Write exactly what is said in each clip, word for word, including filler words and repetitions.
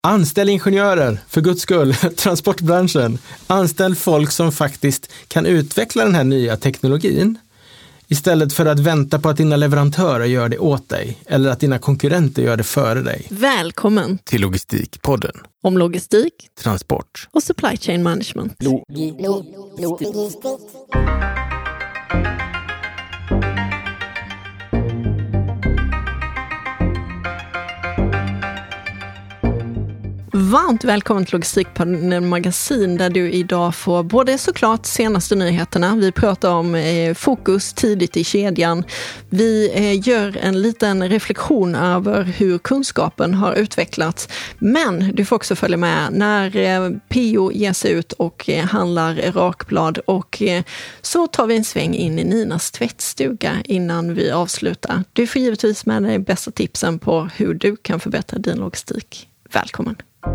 Anställ ingenjörer, för Guds skull, transportbranschen. Anställ folk som faktiskt kan utveckla den här nya teknologin istället för att vänta på att dina leverantörer gör det åt dig eller att dina konkurrenter gör det före dig. Välkommen till Logistikpodden. Om logistik, transport och supply chain management. Lo- lo- lo- logistik. Varmt välkommen till Logistikpodden magasin där du idag får både såklart senaste nyheterna. Vi pratar om eh, fokus tidigt i kedjan. Vi eh, gör en liten reflektion över hur kunskapen har utvecklats. Men du får också följa med när eh, P O ger sig ut och eh, handlar rakblad. Och eh, så tar vi en sväng in i Ninas tvättstuga innan vi avslutar. Du får givetvis med dig bästa tipsen på hur du kan förbättra din logistik. Välkommen!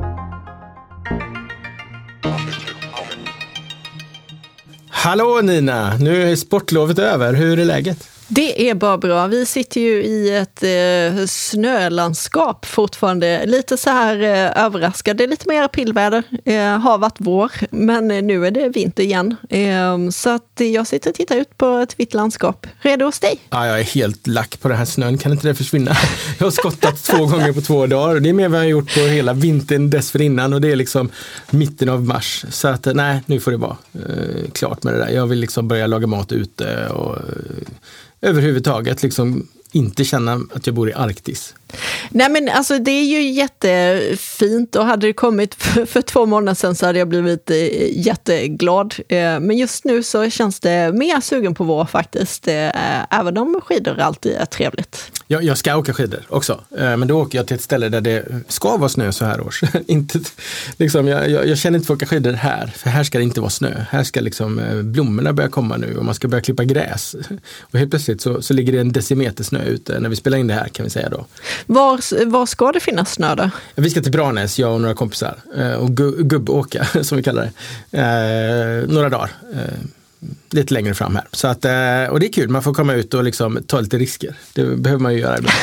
Hallå Nina, nu är sportlovet över. Hur är läget? Det är bara bra. Vi sitter ju i ett eh, snölandskap fortfarande. Lite så här eh, överraskade. Det är lite mer aprilväder. Eh, har varit vår. Men eh, nu är det vinter igen. Eh, så att jag sitter och tittar ut på ett vitt landskap. Redo hos dig? Ja, jag är helt lack på den här snön. Kan inte det försvinna? Jag har skottat två gånger på två dagar. Det är mer vad jag har gjort på hela vintern dessförinnan. Och det är liksom mitten av mars. Så att nej, nu får det vara eh, klart med det där. Jag vill liksom börja laga mat ute och... Eh, överhuvudtaget liksom inte känna att jag bor i Arktis. Nej men alltså det är ju jättefint och hade det kommit för, för två månader sedan så hade jag blivit eh, jätteglad. Eh, men just nu så känns det mer sugen på vår faktiskt. Eh, även om skidor alltid är trevligt. Jag, jag ska åka skidor också. Eh, men då åker jag till ett ställe där det ska vara snö så här års. inte, liksom, jag, jag, jag känner inte för att åka skidor här. För här ska det inte vara snö. Här ska liksom eh, blommorna börja komma nu och man ska börja klippa gräs. Och helt plötsligt så, så ligger det en decimeter snö ute när vi spelar in det här kan vi säga då. Var, var ska det finnas snö då? Vi ska till Branäs, jag och några kompisar. Och gu- gubbåka, som vi kallar det. Eh, några dagar. Eh, lite längre fram här. Så att, eh, och det är kul, man får komma ut och liksom ta lite risker. Det behöver man ju göra ibland.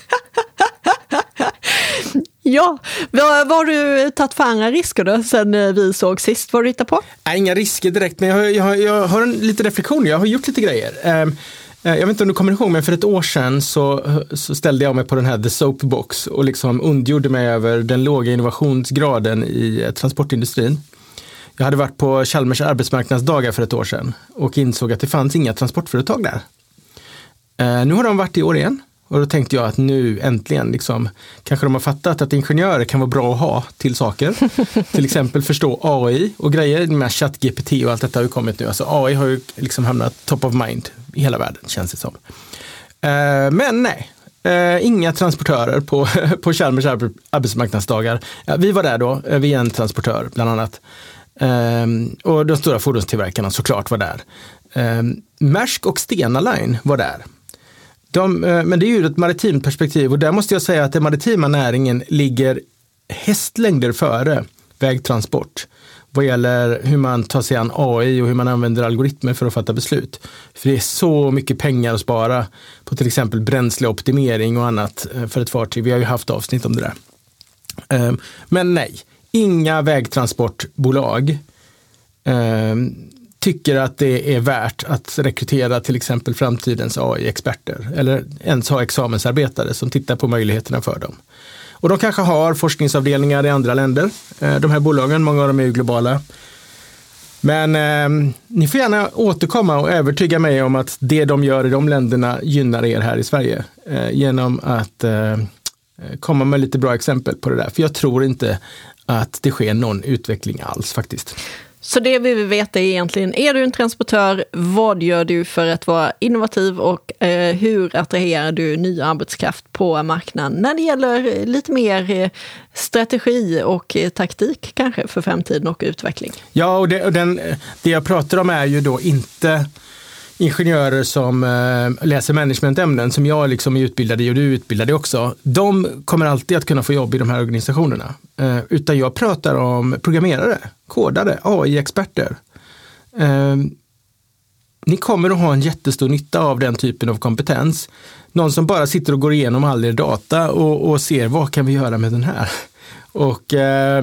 Ja, vad, vad har du tagit för andra risker då sen vi såg sist? Vad har du hittat på? Nej, inga risker direkt, men jag har, jag har, jag har en lite reflektion. Jag har gjort lite grejer. Eh, Jag vet inte om du kommer ihåg, men för ett år sedan så, så ställde jag mig på den här The Soapbox och liksom undgjorde mig över den låga innovationsgraden i transportindustrin. Jag hade varit på Chalmers arbetsmarknadsdagar för ett år sedan och insåg att det fanns inga transportföretag där. Eh, nu har de varit i år igen och då tänkte jag att nu äntligen liksom, kanske de har fattat att ingenjörer kan vara bra att ha till saker. Till exempel förstå A I och grejer med ChatGPT och allt detta har ju kommit nu. Alltså A I har ju liksom hamnat top of mind i hela världen, känns det som. Eh, men nej, eh, inga transportörer på, på Chalmers arbetsmarknadsdagar. Ja, vi var där då, vi är en transportör bland annat. Eh, och de stora fordonstillverkarna såklart var där. Eh, Maersk och Stena Line var där. De, eh, men det är ju ett maritimt perspektiv och där måste jag säga att den maritima näringen ligger hästlängder före vägtransport vad gäller hur man tar sig an A I och hur man använder algoritmer för att fatta beslut. För det är så mycket pengar att spara på till exempel bränsleoptimering och annat för ett fartyg. Vi har ju haft avsnitt om det där. Men nej, inga vägtransportbolag tycker att det är värt att rekrytera till exempel framtidens A I-experter eller ens ha examensarbetare som tittar på möjligheterna för dem. Och de kanske har forskningsavdelningar i andra länder. De här bolagen, många av dem är ju globala. Men eh, ni får gärna återkomma och övertyga mig om att det de gör i de länderna gynnar er här i Sverige. Eh, genom att eh, komma med lite bra exempel på det där. För jag tror inte att det sker någon utveckling alls faktiskt. Så det vi vill veta är egentligen, är du en transportör, vad gör du för att vara innovativ och eh, hur attraherar du ny arbetskraft på marknaden när det gäller lite mer eh, strategi och eh, taktik kanske för framtiden och utveckling? Ja, och, det, och den, det jag pratar om är ju då inte ingenjörer som eh, läser managementämnen som jag liksom är utbildad i och du är utbildad i också. De kommer alltid att kunna få jobb i de här organisationerna. Eh, utan jag pratar om programmerare, kodare, A I-experter. Eh, ni kommer att ha en jättestor nytta av den typen av kompetens. Någon som bara sitter och går igenom all er data och, och ser vad kan vi göra med den här. Och eh,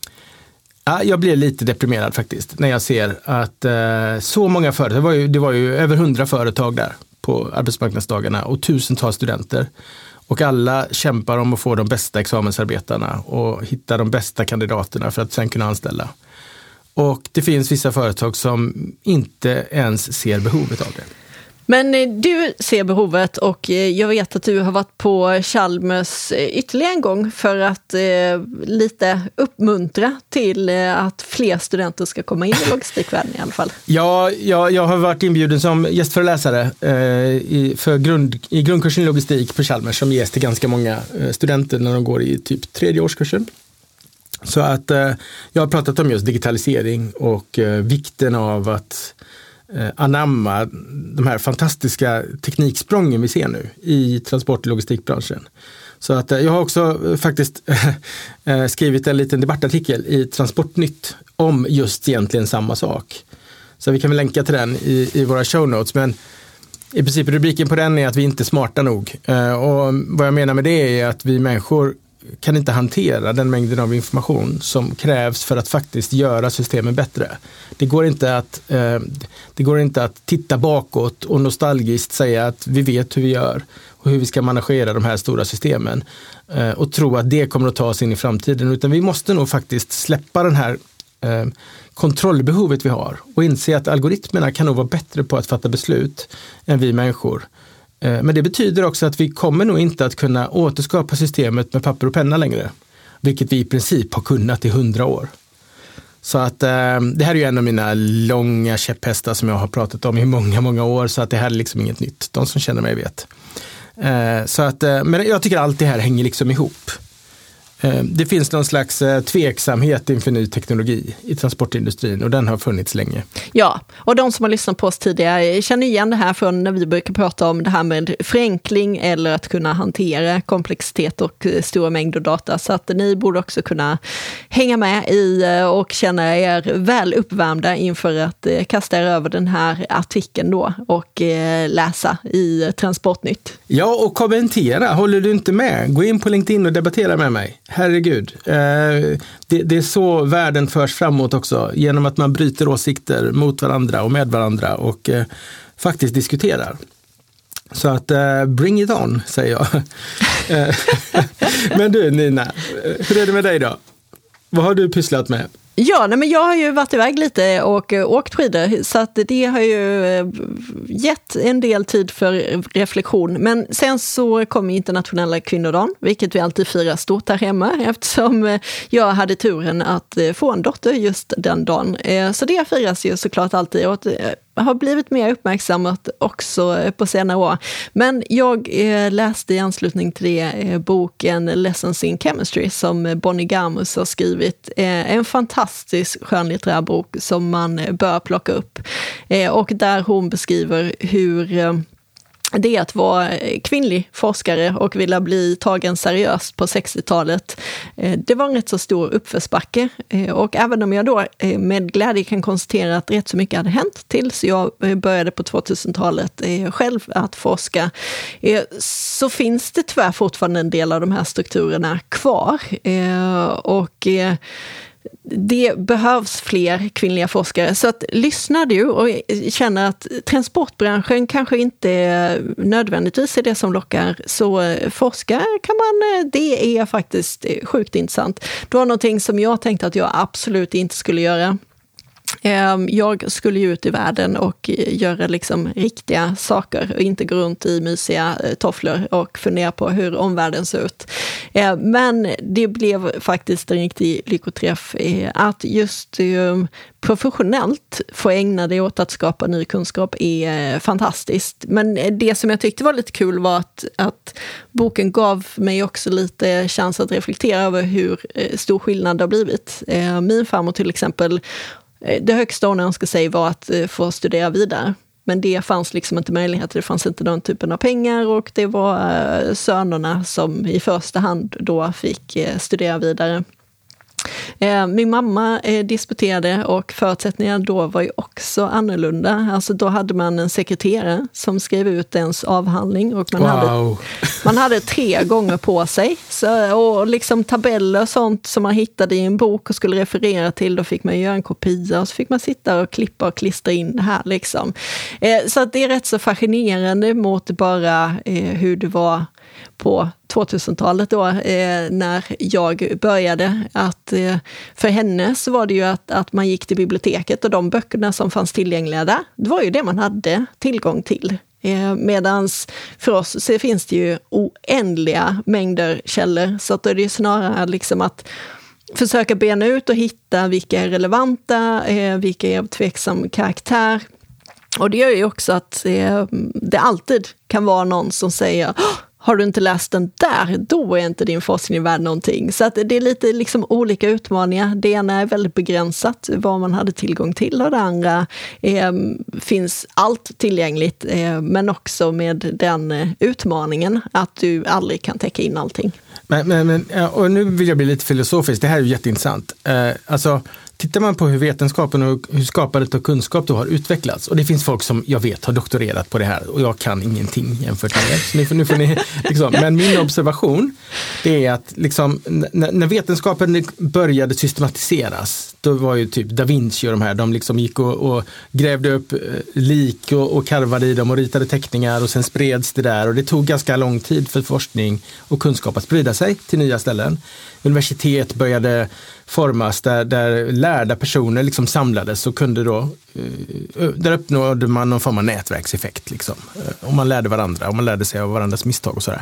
ja, jag blev lite deprimerad faktiskt när jag ser att eh, så många företag, det var, ju, det var ju över hundra företag där på arbetsmarknadsdagarna och tusentals studenter. Och alla kämpar om att få de bästa examensarbetarna och hitta de bästa kandidaterna för att sen kunna anställa. Och det finns vissa företag som inte ens ser behovet av det. Men du ser behovet och jag vet att du har varit på Chalmers ytterligare en gång för att eh, lite uppmuntra till eh, att fler studenter ska komma in i logistikvärlden i alla fall. Ja, jag, jag har varit inbjuden som gästföreläsare eh, i, för grund, i grundkursen i logistik på Chalmers som ges till ganska många eh, studenter när de går i typ tredje årskursen. Så att eh, jag har pratat om just digitalisering och eh, vikten av att eh, anamma de här fantastiska tekniksprången vi ser nu i transport- och logistikbranschen. Så att eh, jag har också eh, faktiskt eh, skrivit en liten debattartikel i Transportnytt om just egentligen samma sak. Så vi kan väl länka till den i, i våra show notes, men i princip rubriken på den är att vi inte är smarta nog. Eh, och vad jag menar med det är att vi människor kan inte hantera den mängden av information som krävs för att faktiskt göra systemen bättre. Det går inte att, eh, det går inte att titta bakåt och nostalgiskt säga att vi vet hur vi gör och hur vi ska managera de här stora systemen eh, och tro att det kommer att ta oss in i framtiden. Utan vi måste nog faktiskt släppa den här eh, kontrollbehovet vi har och inse att algoritmerna kan nog vara bättre på att fatta beslut än vi människor. Men det betyder också att vi kommer nog inte att kunna återskapa systemet med papper och penna längre. Vilket vi i princip har kunnat i hundra år. Så att eh, det här är ju en av mina långa käpphästar som jag har pratat om i många, många år. Så att det här är liksom inget nytt. De som känner mig vet. Eh, så att, eh, men jag tycker allt det här hänger liksom ihop. Eh, det finns någon slags eh, tveksamhet inför ny teknologi i transportindustrin och den har funnits länge. Ja, och de som har lyssnat på oss tidigare känner igen det här från när vi brukar prata om det här med förenkling eller att kunna hantera komplexitet och stora mängder data. Så att ni borde också kunna hänga med i och känna er väl uppvärmda inför att kasta er över den här artikeln då och läsa i Transportnytt. Ja, och kommentera. Håller du inte med? Gå in på LinkedIn och debattera med mig. Herregud. Eh, det, det är så världen förs framåt också. Genom att man bryter åsikter mot varandra och med varandra och eh, faktiskt diskuterar. Så att eh, bring it on, säger jag. Men du Nina, hur är det med dig då? Vad har du pysslat med? Ja, nej, men jag har ju varit iväg lite och uh, åkt skidor så att det har ju uh, gett en del tid för reflektion. Men sen så kom internationella kvinnodagen, vilket vi alltid firar stort här hemma eftersom uh, jag hade turen att uh, få en dotter just den dagen. Uh, så det firas ju såklart alltid och uh, har blivit mer uppmärksammat också på senare år. Men jag eh, läste i anslutning till det eh, boken Lessons in Chemistry som Bonnie Garmus har skrivit. Eh, en fantastisk skönlitterär bok som man bör plocka upp. Eh, och där hon beskriver hur eh, det att vara kvinnlig forskare och vilja bli tagen seriöst på sextiotalet. Det var en rätt så stor uppförsbacke. Och även om jag då med glädje kan konstatera att rätt så mycket hade hänt tills jag började på tvåtusentalet själv att forska, så finns det tyvärr fortfarande en del av de här strukturerna kvar. Och det behövs fler kvinnliga forskare. Så att lyssnar du och känner att transportbranschen kanske inte nödvändigtvis är det som lockar, så forska kan man, det är faktiskt sjukt intressant. Det var någonting som jag tänkte att jag absolut inte skulle göra. Jag skulle ju ut i världen och göra liksom riktiga saker och inte gå runt i mysiga tofflor och fundera på hur omvärlden ser ut. Men det blev faktiskt en riktig lyckoträff att just professionellt få ägna det åt att skapa ny kunskap är fantastiskt. Men det som jag tyckte var lite kul var att, att boken gav mig också lite chans att reflektera över hur stor skillnad det har blivit. Min farmor till exempel, det högsta hon önskade sig var att få studera vidare. Men det fanns liksom inte möjlighet, det fanns inte den typen av pengar och det var sönerna som i första hand då fick studera vidare. Eh, min mamma eh, disputerade och förutsättningarna då var ju också annorlunda. Alltså då hade man en sekreterare som skrev ut ens avhandling och man, wow. hade, man hade tre gånger på sig. Så, och liksom tabeller och sånt som man hittade i en bok och skulle referera till, då fick man göra en kopia och så fick man sitta och klippa och klistra in det här liksom. Eh, så att det är rätt så fascinerande mot bara eh, hur det var på tvåtusentalet då, eh, när jag började. Att, eh, för henne så var det ju att, att man gick till biblioteket och de böckerna som fanns tillgängliga där, det var ju det man hade tillgång till. Eh, medans för oss så finns det ju oändliga mängder källor, så att då är det ju snarare liksom att försöka bena ut och hitta vilka är relevanta, eh, vilka är av tveksam karaktär. Och det gör ju också att eh, det alltid kan vara någon som säger har du inte läst den där, då är inte din forskning värd någonting. Så att det är lite liksom olika utmaningar. Det ena är väldigt begränsat vad man hade tillgång till och det andra eh, finns allt tillgängligt. Eh, men också med den eh, utmaningen att du aldrig kan täcka in allting. Men, men, men, och nu vill jag bli lite filosofisk, det här är ju jätteintressant. Eh, alltså, tittar man på hur vetenskapen och hur skapandet av kunskap då har utvecklats, och det finns folk som jag vet har doktorerat på det här och jag kan ingenting jämfört med er. Så nu får, nu får ni, liksom, men min observation det är att liksom, när, när vetenskapen började systematiseras, då var ju typ Da Vinci och de här, de liksom gick och, och grävde upp lik och, och karvade i dem och ritade teckningar och sen spreds det där, och det tog ganska lång tid för forskning och kunskap att sprida sig till nya ställen. Universitet började formas där, där lärda personer liksom samlades och kunde då, där uppnådde man någon form av nätverkseffekt liksom. Och man lärde varandra och man lärde sig av varandras misstag och sådär.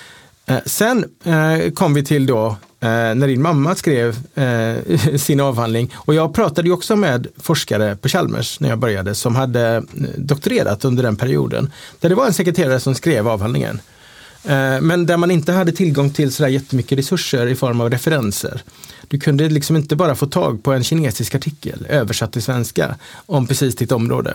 Sen kom vi till då när din mamma skrev sin avhandling, och jag pratade ju också med forskare på Chalmers när jag började som hade doktorerat under den perioden, där det var en sekreterare som skrev avhandlingen. Men där man inte hade tillgång till sådär jättemycket resurser i form av referenser. Du kunde liksom inte bara få tag på en kinesisk artikel översatt till svenska om precis ditt område.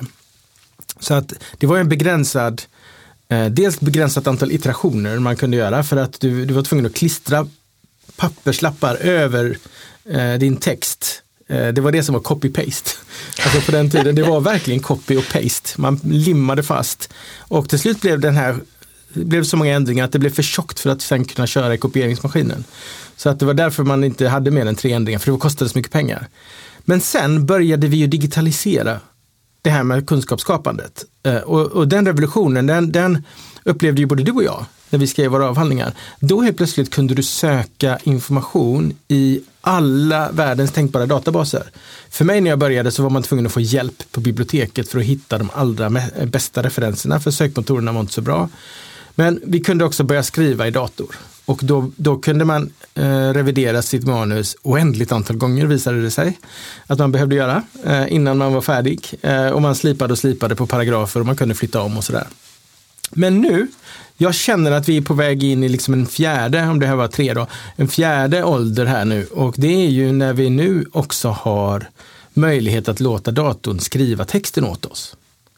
Så att det var en begränsad, dels begränsat antal iterationer man kunde göra, för att du, du var tvungen att klistra papperslappar över eh, din text. Eh, det var det som var copy-paste. Alltså på den tiden, det var verkligen copy och paste. Man limmade fast. Och till slut blev den här Det blev så många ändringar att det blev för tjockt för att sen kunna köra i kopieringsmaskinen. Så att det var därför man inte hade mer än tre ändringar, för det kostade så mycket pengar. Men sen började vi ju digitalisera det här med kunskapsskapandet. Och, och den revolutionen, den, den upplevde ju både du och jag när vi skrev våra avhandlingar. Då helt plötsligt kunde du söka information i alla världens tänkbara databaser. För mig när jag började så var man tvungen att få hjälp på biblioteket för att hitta de allra bästa referenserna, för sökmotorerna var inte så bra. Men vi kunde också börja skriva i dator. Och då, då kunde man eh, revidera sitt manus oändligt antal gånger, visade det sig att man behövde göra eh, innan man var färdig. Eh, och man slipade och slipade på paragrafer och man kunde flytta om och sådär. Men nu, jag känner att vi är på väg in i liksom en fjärde, om det här var tre då, en fjärde ålder här nu. Och det är ju när vi nu också har möjlighet att låta datorn skriva texten åt oss.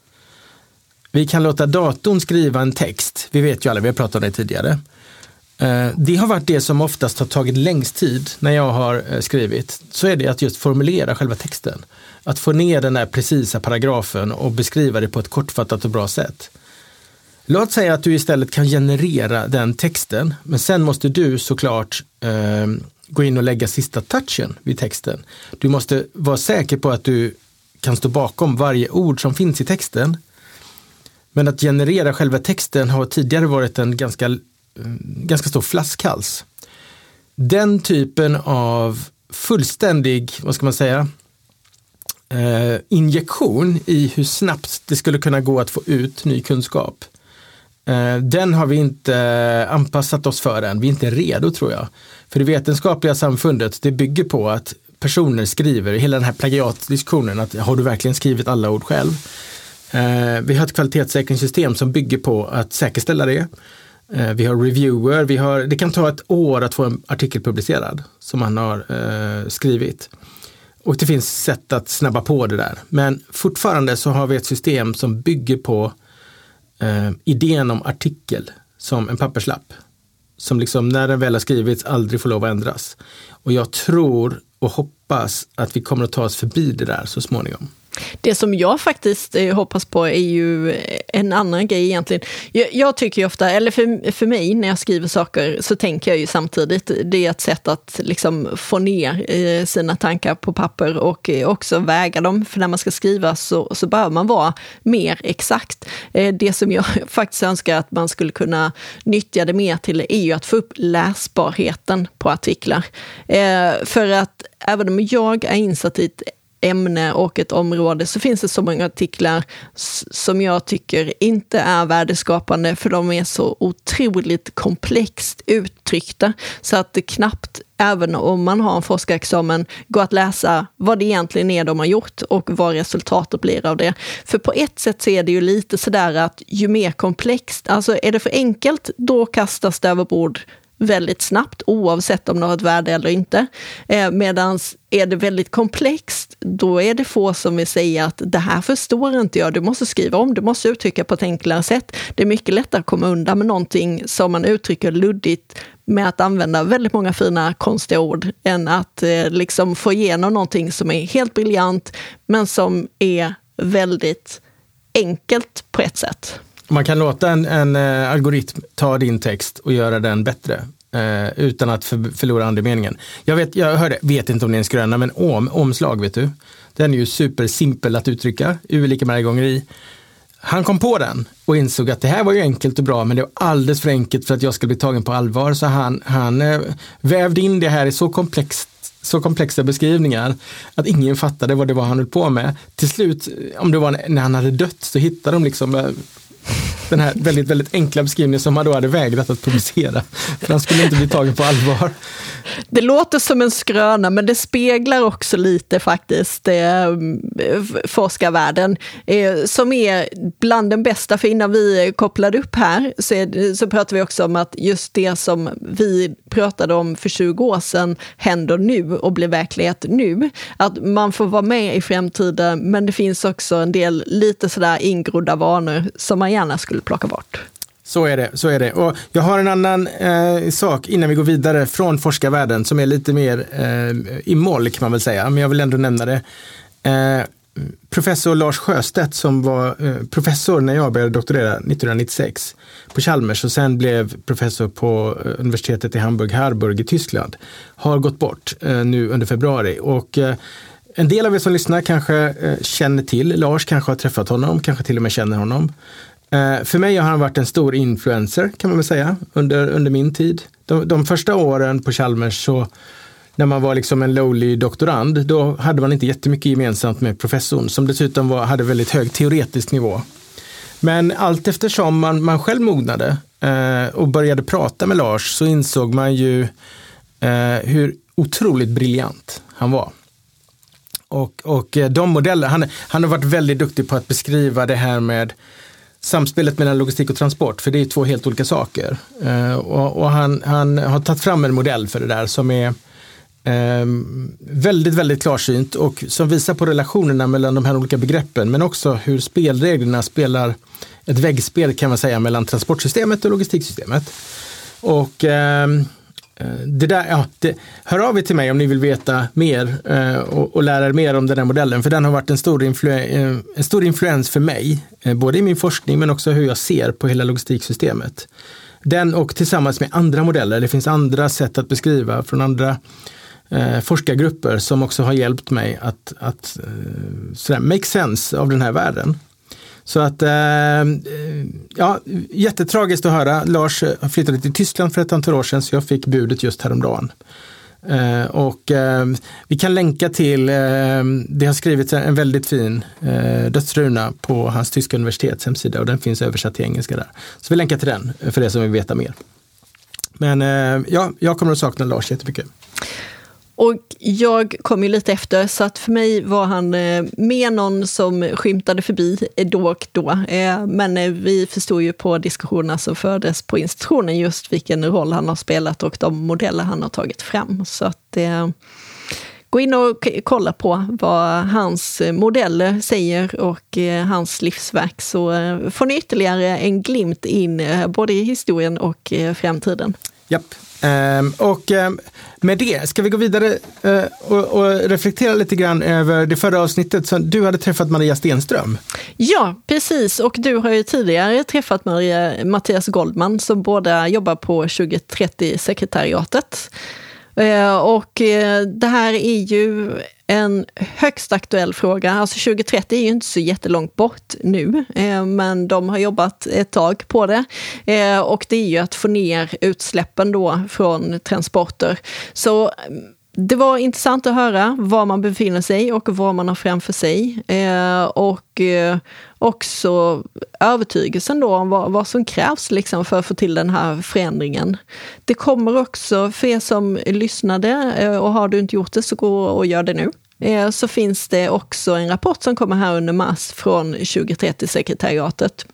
Vi kan låta datorn skriva en text. Vi vet ju alla, vi har pratat om det tidigare. Det har varit det som oftast har tagit längst tid när jag har skrivit. Så är det att just formulera själva texten. Att få ner den där precisa paragrafen och beskriva det på ett kortfattat och bra sätt. Låt säga att du istället kan generera den texten, men sen måste du såklart eh, gå in och lägga sista touchen vid texten. Du måste vara säker på att du kan stå bakom varje ord som finns i texten. Men att generera själva texten har tidigare varit en ganska, ganska stor flaskhals. Den typen av fullständig, vad ska man säga, eh, injektion i hur snabbt det skulle kunna gå att få ut ny kunskap. Eh, den har vi inte anpassat oss för än. Vi är inte redo, tror jag. För det vetenskapliga samfundet, det bygger på att personer skriver, hela den här plagiatdiskussionen, att har du verkligen skrivit alla ord själv? Eh, vi har ett kvalitetssäkringssystem som bygger på att säkerställa det. Eh, vi har reviewer, vi har, det kan ta ett år att få en artikel publicerad som man har eh, skrivit. Och det finns sätt att snabba på det där. Men fortfarande så har vi ett system som bygger på eh, idén om artikel som en papperslapp. Som liksom när den väl har skrivits aldrig får lov att ändras. Och jag tror och hoppas att vi kommer att ta oss förbi det där så småningom. Det som jag faktiskt eh, hoppas på är ju en annan grej egentligen. Jag, jag tycker ju ofta, eller för, för mig när jag skriver saker så tänker jag ju samtidigt, det är ett sätt att liksom få ner eh, sina tankar på papper och eh, också väga dem. För när man ska skriva så, så behöver man vara mer exakt. Eh, det som jag faktiskt önskar att man skulle kunna nyttja det mer till är ju att få upp läsbarheten på artiklar. Eh, för att även om jag är insatt i ett ämne och ett område så finns det så många artiklar som jag tycker inte är värdeskapande för de är så otroligt komplext uttryckta så att det knappt, även om man har en forskarexamen, går att läsa vad det egentligen är de har gjort och vad resultatet blir av det. För på ett sätt så är det ju lite sådär att ju mer komplext, alltså är det för enkelt, då kastas det över bord väldigt snabbt oavsett om det har ett värde eller inte. Eh, Medan är det väldigt komplext, då är det få som vill säga att det här förstår inte jag, du måste skriva om, du måste uttrycka på ett enklare sätt. Det är mycket lättare att komma undan med någonting som man uttrycker luddigt med att använda väldigt många fina konstiga ord än att eh, liksom få igenom någonting som är helt briljant men som är väldigt enkelt på ett sätt. Man kan låta en, en uh, algoritm ta din text och göra den bättre uh, utan att för, förlora andemeningen. Jag vet, jag hörde, vet inte om det är en skröna, men om, omslag vet du. Den är ju supersimpel att uttrycka, U är lika många gånger i. Han kom på den och insåg att det här var ju enkelt och bra, men det var alldeles för enkelt för att jag skulle bli tagen på allvar. Så han, han uh, vävde in det här i så komplext så komplexa beskrivningar att ingen fattade vad det var han höll på med. Till slut, om det var när han hade dött, så hittade de liksom uh, den här väldigt, väldigt enkla beskrivningen som han då hade vägrat att publicera. För han skulle inte bli tagen på allvar. Det låter som en skröna, men det speglar också lite faktiskt eh, forskarvärlden eh, som är bland den bästa. För innan vi kopplade upp här så, är, så pratar vi också om att just det som vi pratade om för tjugo år sedan händer nu och blir verklighet nu. Att man får vara med i framtiden, men det finns också en del lite sådär ingrodda vanor som man gärna skulle plocka bort. Så är det, så är det. Och jag har en annan eh, sak innan vi går vidare från forskarvärlden som är lite mer eh, i mål kan man väl säga, men jag vill ändå nämna det. Eh, professor Lars Sjöstedt som var eh, professor när jag började doktorera nittonhundranittiosex på Chalmers och sen blev professor på eh, universitetet i Hamburg-Harburg i Tyskland, har gått bort eh, nu under februari. Och eh, en del av er som lyssnar kanske eh, känner till Lars, kanske har träffat honom, kanske till och med känner honom. Uh, för mig har han varit en stor influencer kan man väl säga under, under min tid. De, de första åren på Chalmers så när man var liksom en lowly doktorand, då hade man inte jättemycket gemensamt med professorn som dessutom var, hade väldigt hög teoretisk nivå. Men allt eftersom man, man själv mognade uh, och började prata med Lars så insåg man ju uh, hur otroligt briljant han var. Och, och de modeller, han, han har varit väldigt duktig på att beskriva det här med samspelet mellan logistik och transport, för det är två helt olika saker. Uh, och och han, han har tagit fram en modell för det där som är uh, väldigt, väldigt klarsynt och som visar på relationerna mellan de här olika begreppen, men också hur spelreglerna spelar ett väggspel kan man säga mellan transportsystemet och logistiksystemet. Och uh, det där, ja, det, hör av er till mig om ni vill veta mer eh, och, och lära er mer om den här modellen, för den har varit en stor, influ- eh, en stor influens för mig, eh, både i min forskning men också hur jag ser på hela logistiksystemet. Den och tillsammans med andra modeller, det finns andra sätt att beskriva från andra eh, forskargrupper som också har hjälpt mig att, att eh, sådär, make sense av den här världen. Så att, eh, ja, jättetragiskt att höra. Lars flyttade till Tyskland för ett antal år sedan, så jag fick budet just häromdagen. Eh, och eh, vi kan länka till, eh, det har skrivits en väldigt fin eh, dödsruna på hans tyska universitets hemsida och den finns översatt till engelska där. Så vi länkar till den för det som vill veta mer. Men eh, ja, jag kommer att sakna Lars jättemycket. Och jag kom ju lite efter, så att för mig var han med någon som skymtade förbi då och då. Men vi förstod ju på diskussionerna som fördes på institutionen just vilken roll han har spelat och de modeller han har tagit fram. Så att gå in och kolla på vad hans modeller säger och hans livsverk, så får ni ytterligare en glimt in både i historien och framtiden. Japp. Um, och um, med det ska vi gå vidare eh, och, och reflektera lite grann över det förra avsnittet. Så du hade träffat Maria Stenström. Ja, precis. Och du har ju tidigare träffat Maria, Mattias Goldman som båda jobbar på tjugo trettio-sekretariatet. Eh, och eh, det här är ju en högst aktuell fråga. Alltså tjugo trettio är ju inte så jättelångt bort nu, eh, men de har jobbat ett tag på det. Eh, och det är ju att få ner utsläppen då från transporter. Så det var intressant att höra var man befinner sig och vad man har framför sig. Eh, och eh, också övertygelsen då om vad, vad som krävs liksom för att få till den här förändringen. Det kommer också, för er som lyssnade eh, och har du inte gjort det så gå och gör det nu. Eh, så finns det också en rapport som kommer här under mars från tjugo trettio-sekretariatet.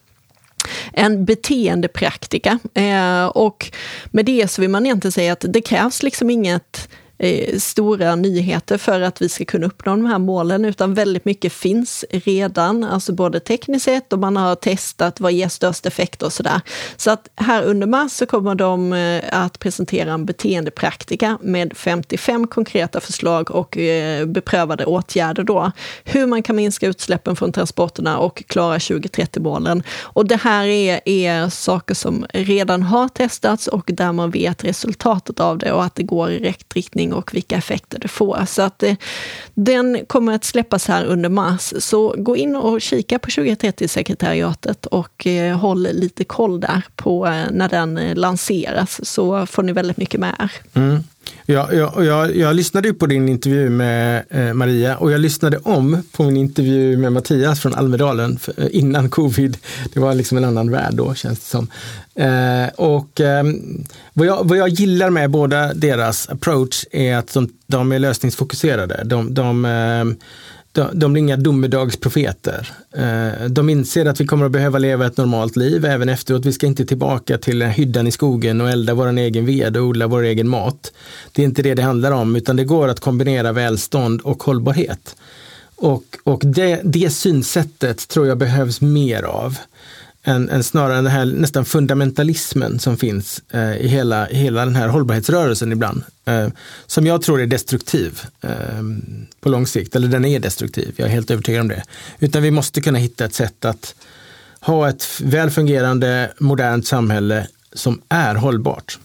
En beteendepraktika. Eh, och med det så vill man egentligen säga att det krävs liksom inget stora nyheter för att vi ska kunna uppnå de här målen, utan väldigt mycket finns redan, alltså både tekniskt sett och man har testat vad ger störst effekt och sådär. Så att här under mars så kommer de att presentera en beteendepraktika med femtiofem konkreta förslag och beprövade åtgärder då. Hur man kan minska utsläppen från transporterna och klara tjugo trettio-målen. Och det här är, är saker som redan har testats och där man vet resultatet av det och att det går i rätt riktning och vilka effekter det får. Så att det, den kommer att släppas här under mars. Så gå in och kika på tjugo trettio-sekretariatet och eh, håll lite koll där på eh, när den eh, lanseras, så får ni väldigt mycket med. Mm. Ja, jag, jag, jag lyssnade ju på din intervju med eh, Maria och jag lyssnade om på min intervju med Mattias från Almedalen för, eh, innan covid. Det var liksom en annan värld då, känns det som. Eh, och eh, vad, jag, vad jag gillar med båda deras approach är att de, de är lösningsfokuserade. De, de, eh, de, de är inga domedagsprofeter. Eh, de inser att vi kommer att behöva leva ett normalt liv även efteråt. Vi ska inte tillbaka till hyddan i skogen och elda vår egen ved och odla vår egen mat. Det är inte det det handlar om, utan det går att kombinera välstånd och hållbarhet. Och, och det, det synsättet tror jag behövs mer av. Än, än snarare den här nästan fundamentalismen som finns eh, i hela, hela den här hållbarhetsrörelsen ibland. Eh, som jag tror är destruktiv eh, på lång sikt. Eller den är destruktiv, jag är helt övertygad om det. Utan vi måste kunna hitta ett sätt att ha ett välfungerande, modernt samhälle som är hållbart.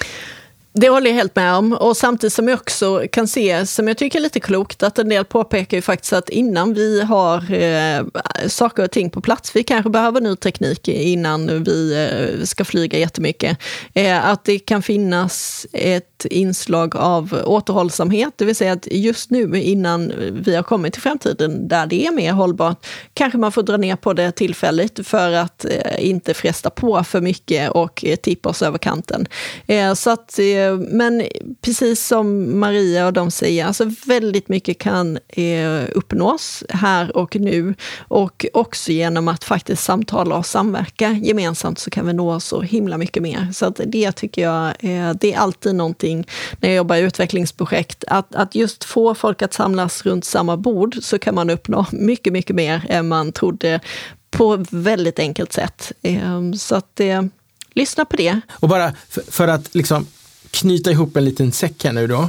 Det håller jag helt med om, och samtidigt som jag också kan se, som jag tycker är lite klokt, att en del påpekar ju faktiskt att innan vi har eh, saker och ting på plats, vi kanske behöver ny teknik innan vi eh, ska flyga jättemycket, eh, att det kan finnas ett inslag av återhållsamhet, det vill säga att just nu innan vi har kommit till framtiden där det är mer hållbart, kanske man får dra ner på det tillfälligt för att eh, inte fresta på för mycket och eh, tippa oss över kanten. Eh, så att eh, Men precis som Maria och de säger, alltså väldigt mycket kan eh, uppnås här och nu, och också genom att faktiskt samtala och samverka gemensamt så kan vi nå så himla mycket mer. Så att det tycker jag, eh, det är alltid någonting när jag jobbar i utvecklingsprojekt, att, att just få folk att samlas runt samma bord, så kan man uppnå mycket, mycket mer än man trodde på väldigt enkelt sätt. Eh, så att eh, lyssna på det. Och bara för, för att liksom knyta ihop en liten säck här nu då,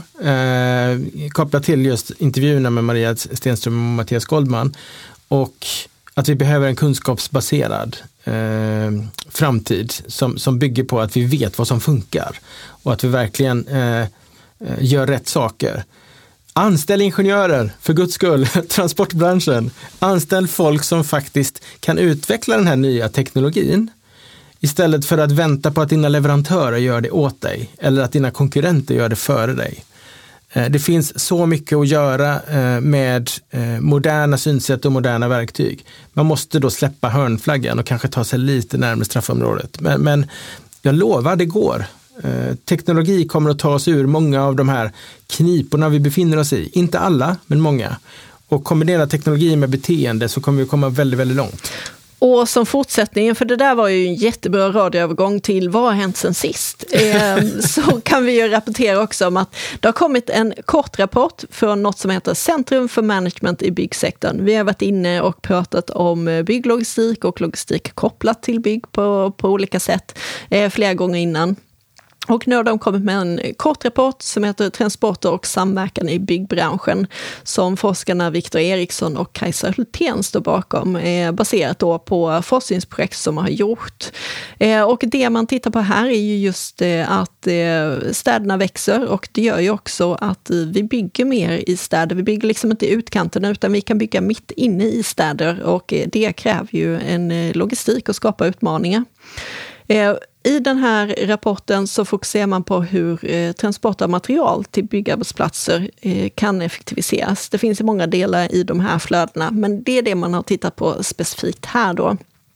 eh, koppla till just intervjuerna med Maria Stenström och Mattias Goldman, och att vi behöver en kunskapsbaserad eh, framtid som, som bygger på att vi vet vad som funkar och att vi verkligen eh, gör rätt saker. Anställ ingenjörer, för Guds skull, transportbranschen. Anställ folk som faktiskt kan utveckla den här nya teknologin, istället för att vänta på att dina leverantörer gör det åt dig eller att dina konkurrenter gör det före dig. Det finns så mycket att göra med moderna synsätt och moderna verktyg. Man måste då släppa hörnflaggan och kanske ta sig lite närmare straffområdet. Men, men jag lovar, det går. Teknologi kommer att ta oss ur många av de här kniporna vi befinner oss i. Inte alla, men många. Och kombinera teknologi med beteende så kommer vi komma väldigt, väldigt långt. Och som fortsättningen, för det där var ju en jättebra radioövergång till vad har hänt sen sist, eh, så kan vi ju rapportera också om att det har kommit en kort rapport från något som heter Centrum för Management i byggsektorn. Vi har varit inne och pratat om bygglogistik och logistik kopplat till bygg på, på olika sätt eh, flera gånger innan. Och nu har de kommit med en kort rapport som heter Transporter och samverkan i byggbranschen, som forskarna Viktor Eriksson och Kajsa Hultén står bakom, eh, baserat då på forskningsprojekt som man har gjort. Eh, och det man tittar på här är ju just eh, att eh, städerna växer, och det gör ju också att eh, vi bygger mer i städer. Vi bygger liksom inte i utkanten, utan vi kan bygga mitt inne i städer, och eh, det kräver ju en eh, logistik och skapa utmaningar. Eh, I den här rapporten så fokuserar man på hur eh, transport av material till byggarbetsplatser eh, kan effektiviseras. Det finns i många delar i de här flödena, men det är det man har tittat på specifikt här då.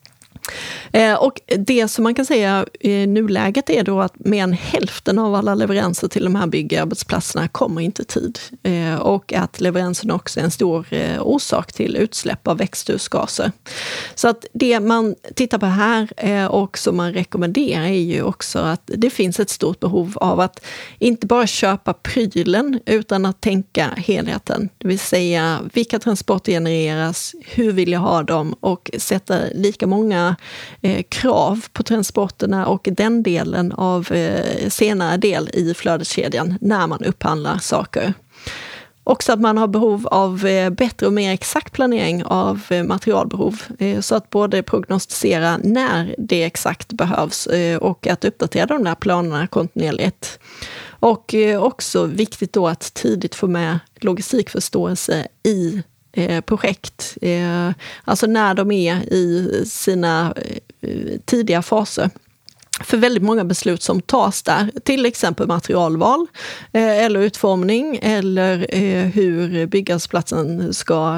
Eh, och det som man kan säga i nuläget är då att mer än hälften av alla leveranser till de här byggarbetsplatserna kommer inte i tid. Eh, och att leveranserna också är en stor eh, orsak till utsläpp av växthusgaser. Så att det man tittar på här eh, och som man rekommenderar är ju också att det finns ett stort behov av att inte bara köpa prylen utan att tänka helheten. Det vill säga vilka transporter genereras, hur vill jag ha dem, och sätta lika många Eh, krav på transporterna och den delen av eh, senare del i flödeskedjan när man upphandlar saker. Också att man har behov av eh, bättre och mer exakt planering av eh, materialbehov, eh, så att både prognostisera när det exakt behövs eh, och att uppdatera de där planerna kontinuerligt. Och eh, också viktigt då att tidigt få med logistikförståelse i projekt, alltså när de är i sina tidiga faser. För väldigt många beslut som tas där, till exempel materialval eller utformning eller hur byggarbetsplatsen ska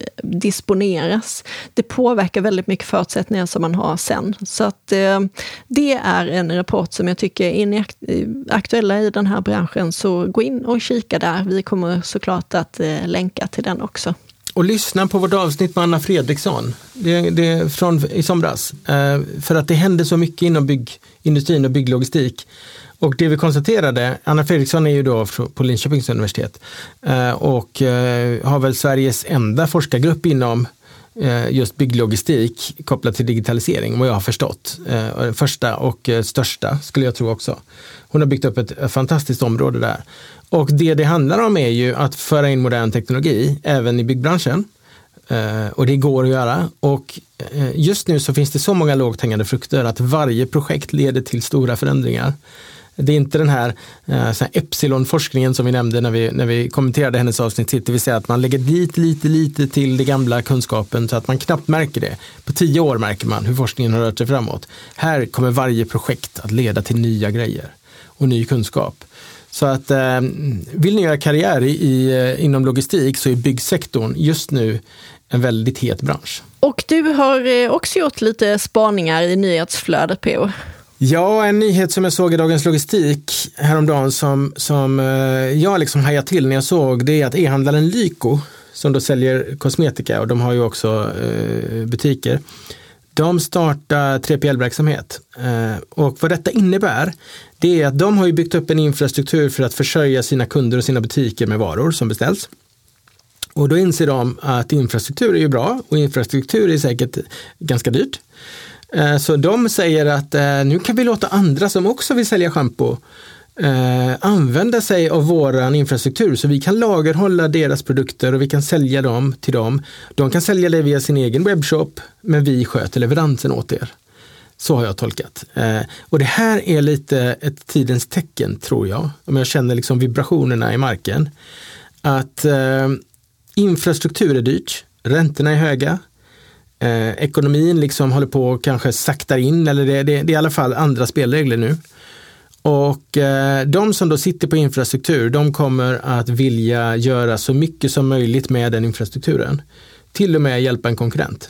disponeras. Det påverkar väldigt mycket förutsättningar som man har sen. Så att det är en rapport som jag tycker är aktuella i den här branschen, så gå in och kika där. Vi kommer såklart att länka till den också. Och lyssna på vårt avsnitt med Anna Fredriksson. Det, det är från i somras. Eh, för att det händer så mycket inom byggindustrin och bygglogistik. Och det vi konstaterade, Anna Fredriksson är ju då på Linköpings universitet. Eh, och eh, har väl Sveriges enda forskargrupp inom eh, just bygglogistik kopplat till digitalisering, vad jag har förstått. Eh, den första och eh, största skulle jag tro också. Hon har byggt upp ett, ett fantastiskt område där. Och det det handlar om är ju att föra in modern teknologi även i byggbranschen. Eh, och det går att göra. Och eh, just nu så finns det så många lågt hängande frukter att varje projekt leder till stora förändringar. Det är inte den här, eh, så här Epsilon-forskningen som vi nämnde när vi, när vi kommenterade hennes avsnitt. Det vill säga att man lägger dit lite, lite till det gamla kunskapen så att man knappt märker det. På tio år märker man hur forskningen har rört sig framåt. Här kommer varje projekt att leda till nya grejer och ny kunskap. Så att eh, vill ni göra karriär i, i, inom logistik så är byggsektorn just nu en väldigt het bransch. Och du har eh, också gjort lite spaningar i nyhetsflödet, P O. Ja, en nyhet som jag såg i Dagens Logistik häromdagen som, som eh, jag liksom hajade till när jag såg, det är att e-handlaren Lyko, som då säljer kosmetika och de har ju också eh, butiker, de startar tre P L-verksamhet. Eh, och vad detta innebär, det är att de har ju byggt upp en infrastruktur för att försörja sina kunder och sina butiker med varor som beställs. Och då inser de att infrastruktur är ju bra och infrastruktur är säkert ganska dyrt. Eh, så de säger att eh, nu kan vi låta andra som också vill sälja shampoo eh, använda sig av våran infrastruktur så vi kan lagerhålla deras produkter och vi kan sälja dem till dem. De kan sälja det via sin egen webbshop, men vi sköter leveransen åt er. Så har jag tolkat. Eh, och det här är lite ett tidens tecken, tror jag. Om jag känner liksom vibrationerna i marken. Att eh, infrastruktur är dyrt, räntorna är höga, eh, ekonomin liksom håller på och kanske saktar in, eller det, det, det är i alla fall andra spelregler nu. Och eh, de som då sitter på infrastruktur, de kommer att vilja göra så mycket som möjligt med den infrastrukturen. Till och med hjälpa en konkurrent.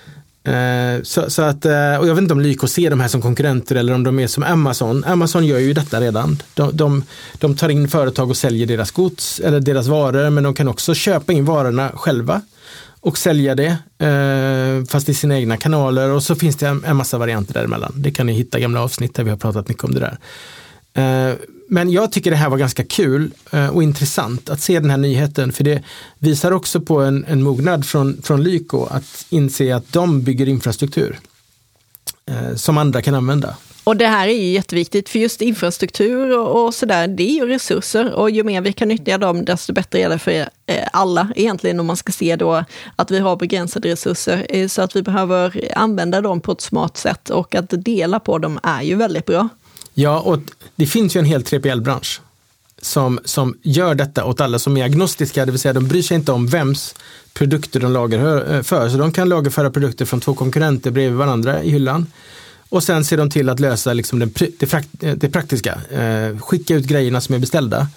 Eh, så, så att, eh, och jag vet inte om Lyko ser de här som konkurrenter eller om de är som Amazon. Amazon gör ju detta redan. De, de, de tar in företag och säljer deras gods eller deras varor, men de kan också köpa in varorna själva och sälja det eh, fast i sina egna kanaler, och så finns det en, en massa varianter däremellan. Det kan ni hitta i gamla avsnitt där vi har pratat mycket om det där. Eh, men jag tycker det här var ganska kul eh, och intressant att se den här nyheten, för det visar också på en, en mognad från, från Lyko att inse att de bygger infrastruktur eh, som andra kan använda. Och det här är ju jätteviktigt, för just infrastruktur och, och sådär, det är ju resurser, och ju mer vi kan nyttja dem, desto bättre är det för eh, alla egentligen, om man ska se då att vi har begränsade resurser, eh, så att vi behöver använda dem på ett smart sätt, och att dela på dem är ju väldigt bra. Ja, och det finns ju en hel tre P L-bransch som, som gör detta åt alla som är agnostiska, det vill säga de bryr sig inte om vems produkter de lagar för, så de kan lagerföra produkter från två konkurrenter bredvid varandra i hyllan. Och sen ser de till att lösa liksom den, det, det praktiska, eh, skicka ut grejerna som är beställda.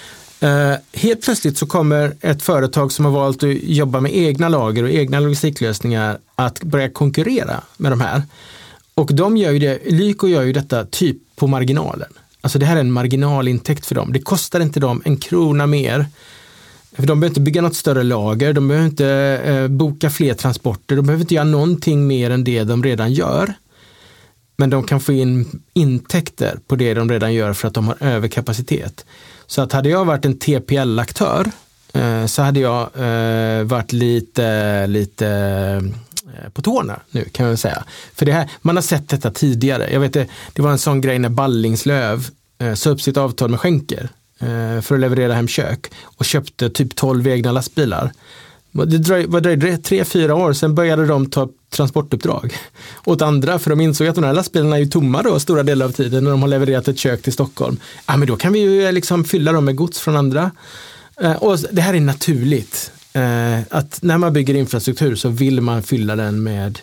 Eh, helt plötsligt så kommer ett företag som har valt att jobba med egna lager och egna logistiklösningar att börja konkurrera med de här. Och de gör ju det, Lyko gör ju detta typ på marginalen. Alltså det här är en marginalintäkt för dem. Det kostar inte dem en krona mer. För de behöver inte bygga något större lager, de behöver inte eh, boka fler transporter, de behöver inte göra någonting mer än det de redan gör. Men de kan få in intäkter på det de redan gör för att de har överkapacitet. Så att hade jag varit en T P L-aktör eh, så hade jag eh, varit lite, lite eh, på tårna nu, kan jag säga. För det här, man har sett detta tidigare. Jag vet det, det var en sån grej när Ballingslöv eh, sa upp sitt avtal med Schenker eh, för att leverera hem kök och köpte typ tolv egna lastbilar. Det dröjde tre, fyra år, sen började de ta transportuppdrag åt andra, för de insåg att de här lastbilarna är ju tomma då stora delar av tiden när de har levererat ett kök till Stockholm. Ja, men då kan vi ju liksom fylla dem med gods från andra. Och det här är naturligt. Att när man bygger infrastruktur så vill man fylla den med,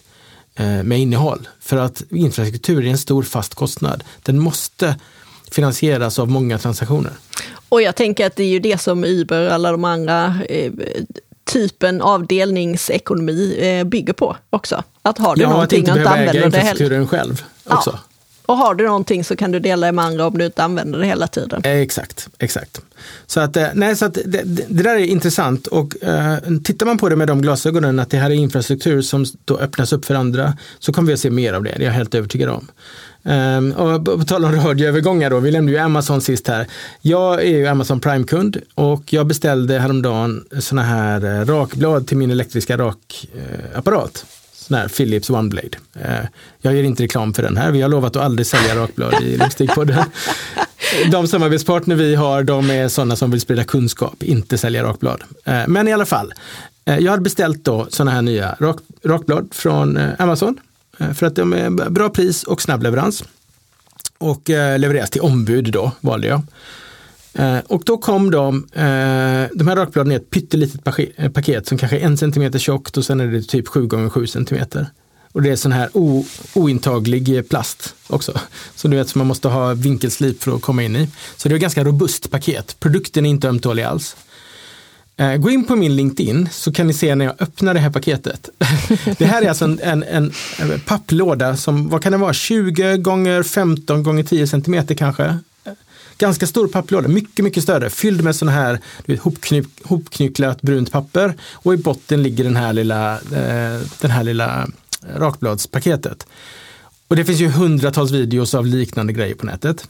med innehåll. För att infrastruktur är en stor fast kostnad. Den måste finansieras av många transaktioner. Och jag tänker att det är ju det som Uber och alla de andra eh, typen av delningsekonomi eh, bygger på också. Att har du ja, någonting att inte och inte använder det infrastrukturen själv också. Ja. Och har du någonting så kan du dela med andra om du inte använder det hela tiden. Eh, exakt, exakt. Så att, nej, så att det, det, det där är intressant, och eh, tittar man på det med de glasögonen att det här är infrastruktur som då öppnas upp för andra, så kommer vi att se mer av det, det är jag helt övertygad om. Um, och på tal om radioövergångar då, vi nämnde ju Amazon sist här. Jag är ju Amazon Prime-kund och jag beställde häromdagen såna här rakblad till min elektriska rakapparat. Sån här Philips OneBlade. Uh, jag gör inte reklam för den här, vi har lovat att aldrig sälja rakblad i Logistikpodden. De samarbetspartner vi har, de är sådana som vill sprida kunskap, inte sälja rakblad. Uh, men i alla fall, uh, jag hade beställt då såna här nya rak, rakblad från uh, Amazon. För att de är bra pris och snabb leverans. Och eh, levereras till ombud då, valde jag. Eh, och då kom de, eh, de här rakbladen i ett pyttelitet paket som kanske är en centimeter tjockt, och sen är det typ sju gånger sju centimeter. Och det är sån här o, ointaglig plast också. Så du vet, så man måste ha vinkelslip för att komma in i. Så det är ett ganska robust paket. Produkten är inte ömtålig alls. Gå in på min LinkedIn så kan ni se när jag öppnar det här paketet. Det här är alltså en, en, en papplåda som, vad kan det vara, tjugo gånger femton gånger tio centimeter kanske. Ganska stor papplåda, mycket mycket större, fylld med sån här du vet, hopknyck, hopknycklat brunt papper, och i botten ligger den här lilla, eh, den här lilla rakbladspaketet. Och det finns ju hundratals videos av liknande grejer på nätet.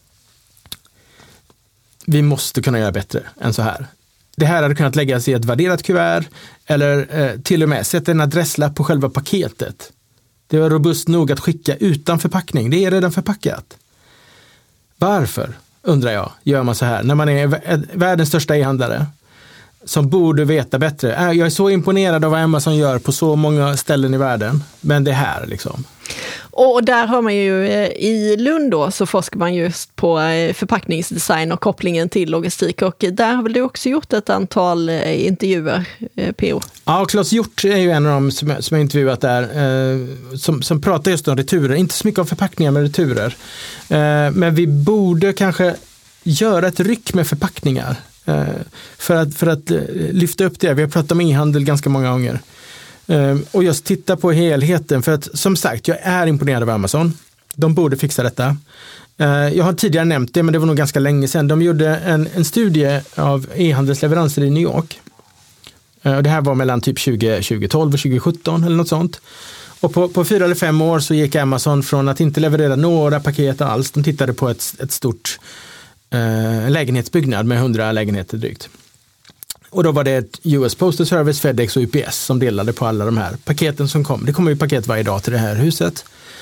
Vi måste kunna göra bättre än så här. Det här hade kunnat läggas i ett värderat kuvert eller eh, till och med sätta en adresslapp på själva paketet. Det var robust nog att skicka utan förpackning. Det är redan förpackat. Varför, undrar jag, gör man så här när man är världens största e-handlare som borde veta bättre? Jag är så imponerad av vad Amazon gör på så många ställen i världen, men det här liksom. Och där har man ju i Lund då, så forskar man just på förpackningsdesign och kopplingen till logistik, och där har väl du också gjort ett antal intervjuer, P O? Ja, Claes Hjort är ju en av dem som, som jag intervjuat där, eh, som, som pratar just om returer, inte så mycket om förpackningar med returer. Eh, men vi borde kanske göra ett ryck med förpackningar eh, för, att, för att lyfta upp det. Vi har pratat om e-handel ganska många gånger. Och just titta på helheten, för att som sagt, jag är imponerad av Amazon. De borde fixa detta. Jag har tidigare nämnt det, men det var nog ganska länge sedan. De gjorde en, en studie av e-handelsleveranser i New York. Och det här var mellan typ tjugo tolv och tjugo sjutton eller något sånt. Och på, på fyra eller fem år så gick Amazon från att inte leverera några paket alls. De tittade på ett, ett stort eh, lägenhetsbyggnad med hundra lägenheter drygt. Och då var det ett U S Postal Service, FedEx och U P S som delade på alla de här paketen som kom. Det kommer ju paket varje dag till det här huset.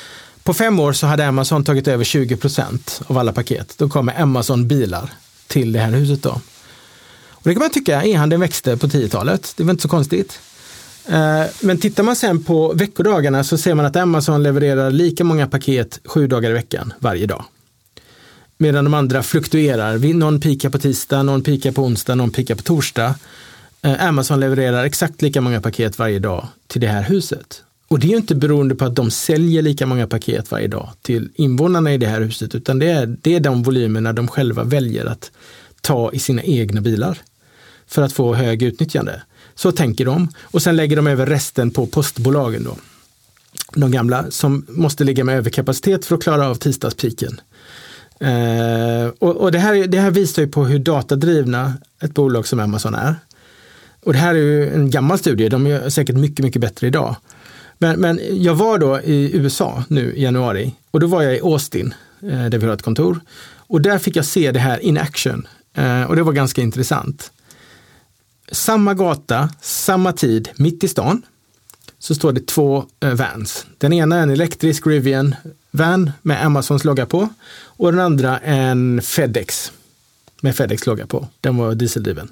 På fem år så hade Amazon tagit över tjugo procent av alla paket. Då kommer Amazon-bilar till det här huset då. Och det kan man tycka, e-handeln växte på tiotalet. Det var inte så konstigt. Men tittar man sen på veckodagarna så ser man att Amazon levererar lika många paket sju dagar i veckan varje dag. Medan de andra fluktuerar. Någon pikar på tisdag, någon pikar på onsdag, någon pikar på torsdag. Amazon levererar exakt lika många paket varje dag till det här huset. Och det är ju inte beroende på att de säljer lika många paket varje dag till invånarna i det här huset, utan det är, det är de volymerna de själva väljer att ta i sina egna bilar för att få hög utnyttjande. Så tänker de. Och sen lägger de över resten på postbolagen då. De gamla som måste ligga med överkapacitet för att klara av tisdagspiken. Eh, och och det, här, det här visar ju på hur datadrivna ett bolag som Amazon är. Och det här är ju en gammal studie. De är säkert mycket, mycket bättre idag. Men, men jag var då i U S A nu i januari. Och då var jag i Austin eh, där vi har ett kontor. Och där fick jag se det här in action. Eh, och det var ganska intressant. Samma gata, samma tid, mitt i stan, så står det två eh, vans. Den ena är en elektrisk Rivian van med Amazons logga på och den andra en FedEx med FedEx logga på. Den var dieseldriven.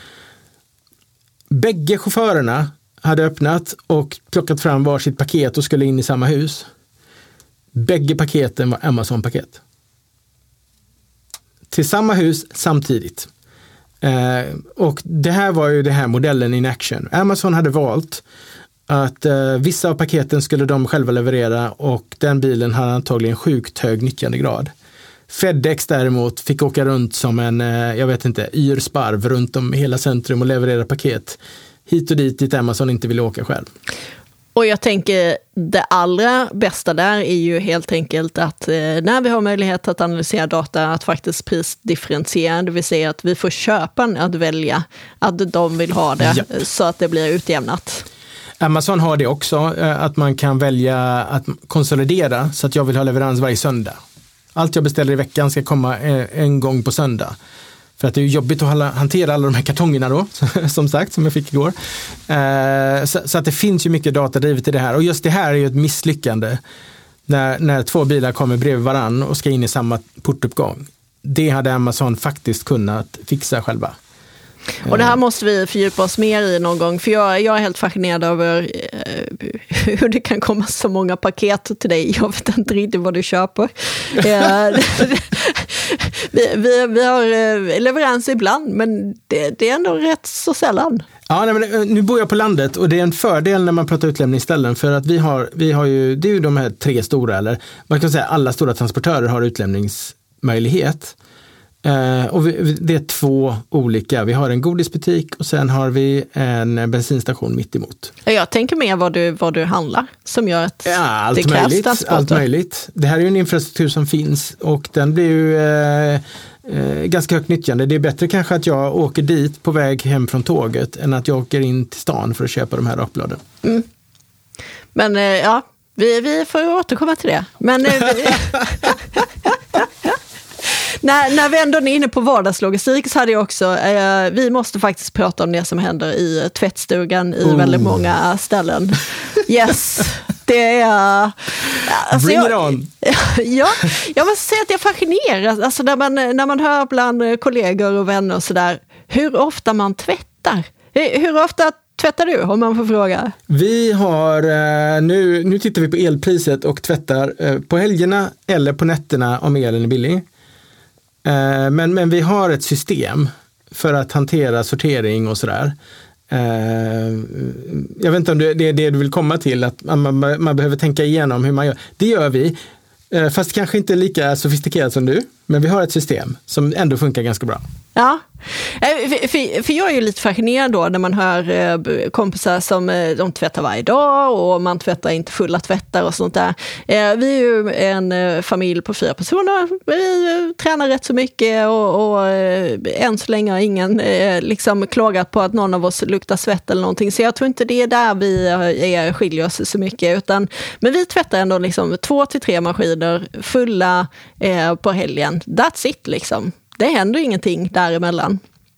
Bägge chaufförerna hade öppnat och plockat fram var sitt paket och skulle in i samma hus. Bägge paketen var Amazon-paket. Till samma hus samtidigt. Eh, och det här var ju den här modellen in action. Amazon hade valt att eh, vissa av paketen skulle de själva leverera och den bilen hade antagligen sjukt hög nyttjandegrad. FedEx däremot fick åka runt som en, eh, jag vet inte, yrsparv runt om hela centrum och leverera paket hit och dit dit Amazon inte ville åka själv. Och jag tänker det allra bästa där är ju helt enkelt att eh, när vi har möjlighet att analysera data att faktiskt prisdifferentiera, det vill säga att vi får köparen att välja att de vill ha det, ja, så att det blir utjämnat. Amazon har det också, att man kan välja att konsolidera så att jag vill ha leverans varje söndag. Allt jag beställer i veckan ska komma en gång på söndag. För att det är jobbigt att hantera alla de här kartongerna då, som sagt, som jag fick igår. Så att det finns ju mycket datadrivet i det här. Och just det här är ju ett misslyckande när, när två bilar kommer bredvid varann och ska in i samma portuppgång. Det hade Amazon faktiskt kunnat fixa själva. Och det här måste vi fördjupa oss mer i någon gång, för jag, jag är helt fascinerad över eh, hur det kan komma så många paket till dig. Jag vet inte riktigt vad du köper. vi, vi, vi har leverans ibland, men det, det är ändå rätt så sällan. Ja, nej, men nu bor jag på landet och det är en fördel när man pratar utlämningsställen, för att vi har, vi har ju, det är ju de här tre stora, eller man kan säga alla stora transportörer har utlämningsmöjlighet. Uh, och vi, det är två olika. Vi har en godisbutik och sen har vi en bensinstation mitt emot. Jag tänker mer vad du, vad du handlar som gör att ja, allt det krävs möjligt, transporter. Allt möjligt. Det här är ju en infrastruktur som finns och den blir ju uh, uh, ganska högt nyttjande. Det är bättre kanske att jag åker dit på väg hem från tåget än att jag åker in till stan för att köpa de här rakbladen. Mm. Men uh, ja, vi, vi får återkomma till det. Men uh, När, när vi ändå är inne på vardagslogistik så hade jag också, eh, vi måste faktiskt prata om det som händer i tvättstugan i oh. väldigt många ställen. Yes, det är... Alltså Bring jag, it on! Ja, jag måste säga att jag fascineras, alltså när man, när man hör bland kollegor och vänner och sådär, hur ofta man tvättar. Hur ofta tvättar du, om man får fråga? Vi har, nu, nu tittar vi på elpriset och tvättar på helgerna eller på nätterna om elen är billig. Men, men vi har ett system för att hantera sortering och sådär. Jag vet inte om det är det du vill komma till, att man, man behöver tänka igenom hur man gör. Det gör vi, fast kanske inte lika sofistikerat som du. Men vi har ett system som ändå funkar ganska bra. Ja, för, för jag är ju lite fascinerad då när man hör kompisar som de tvättar varje dag och man tvättar inte fulla tvättar och sånt där. Vi är ju en familj på fyra personer, vi tränar rätt så mycket och, och än så länge har ingen liksom klagat på att någon av oss luktar svett eller någonting. Så jag tror inte det är där vi är, skiljer oss så mycket. Utan, men vi tvättar ändå liksom två till tre maskiner fulla eh, på helgen. That's it liksom. Det händer ingenting däremellan.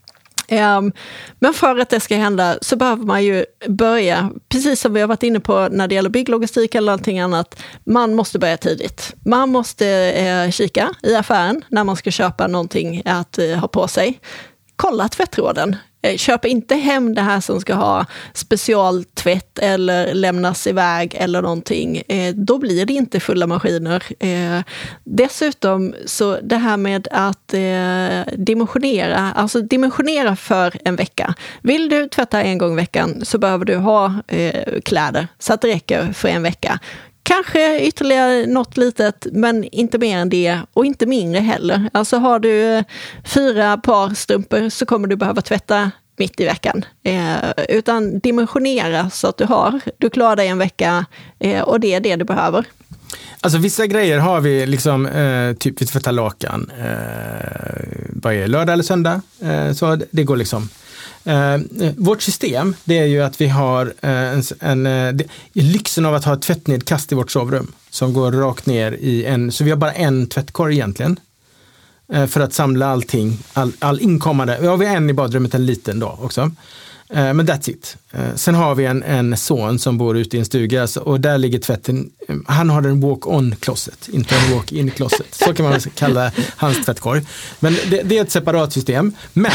Um, men för att det ska hända så behöver man ju börja, precis som vi har varit inne på när det gäller bygglogistik eller någonting annat, man måste börja tidigt. Man måste eh, kika i affären när man ska köpa någonting att eh, ha på sig. Kolla tvättråden. Köp inte hem det här som ska ha specialtvätt eller lämnas iväg eller någonting. Eh, då blir det inte fulla maskiner. Eh, dessutom så det här med att eh, dimensionera, alltså dimensionera för en vecka. Vill du tvätta en gång i veckan så behöver du ha eh, kläder så att det räcker för en vecka. Kanske ytterligare något litet, men inte mer än det och inte mindre heller. Alltså har du fyra par strumpor så kommer du behöva tvätta mitt i veckan. Eh, utan dimensionera så att du har. Du klarar dig en vecka eh, och det är det du behöver. Alltså vissa grejer har vi liksom, eh, typ vi tvättar lakan. Eh, varje lördag eller söndag. Eh, så det går liksom. Eh, vårt system, det är ju att vi har eh, en, en eh, det, lyxen av att ha ett tvättnedkast i vårt sovrum som går rakt ner i en, så vi har bara en tvättkorg egentligen eh, för att samla allting, all, all inkommande. Ja, vi har en i badrummet, en liten då också. Eh, men that's it. Eh, sen har vi en, en son som bor ute i en stuga så, och där ligger tvätten, eh, han har en walk-on closet, inte en walk-in closet. Så kan man kalla hans tvättkorg. Men det, det är ett separat system. Men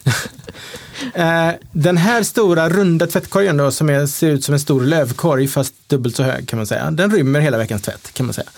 Uh, den här stora runda tvättkorgen då, som är, ser ut som en stor lövkorg fast dubbelt så hög kan man säga. Den rymmer hela veckans tvätt kan man säga.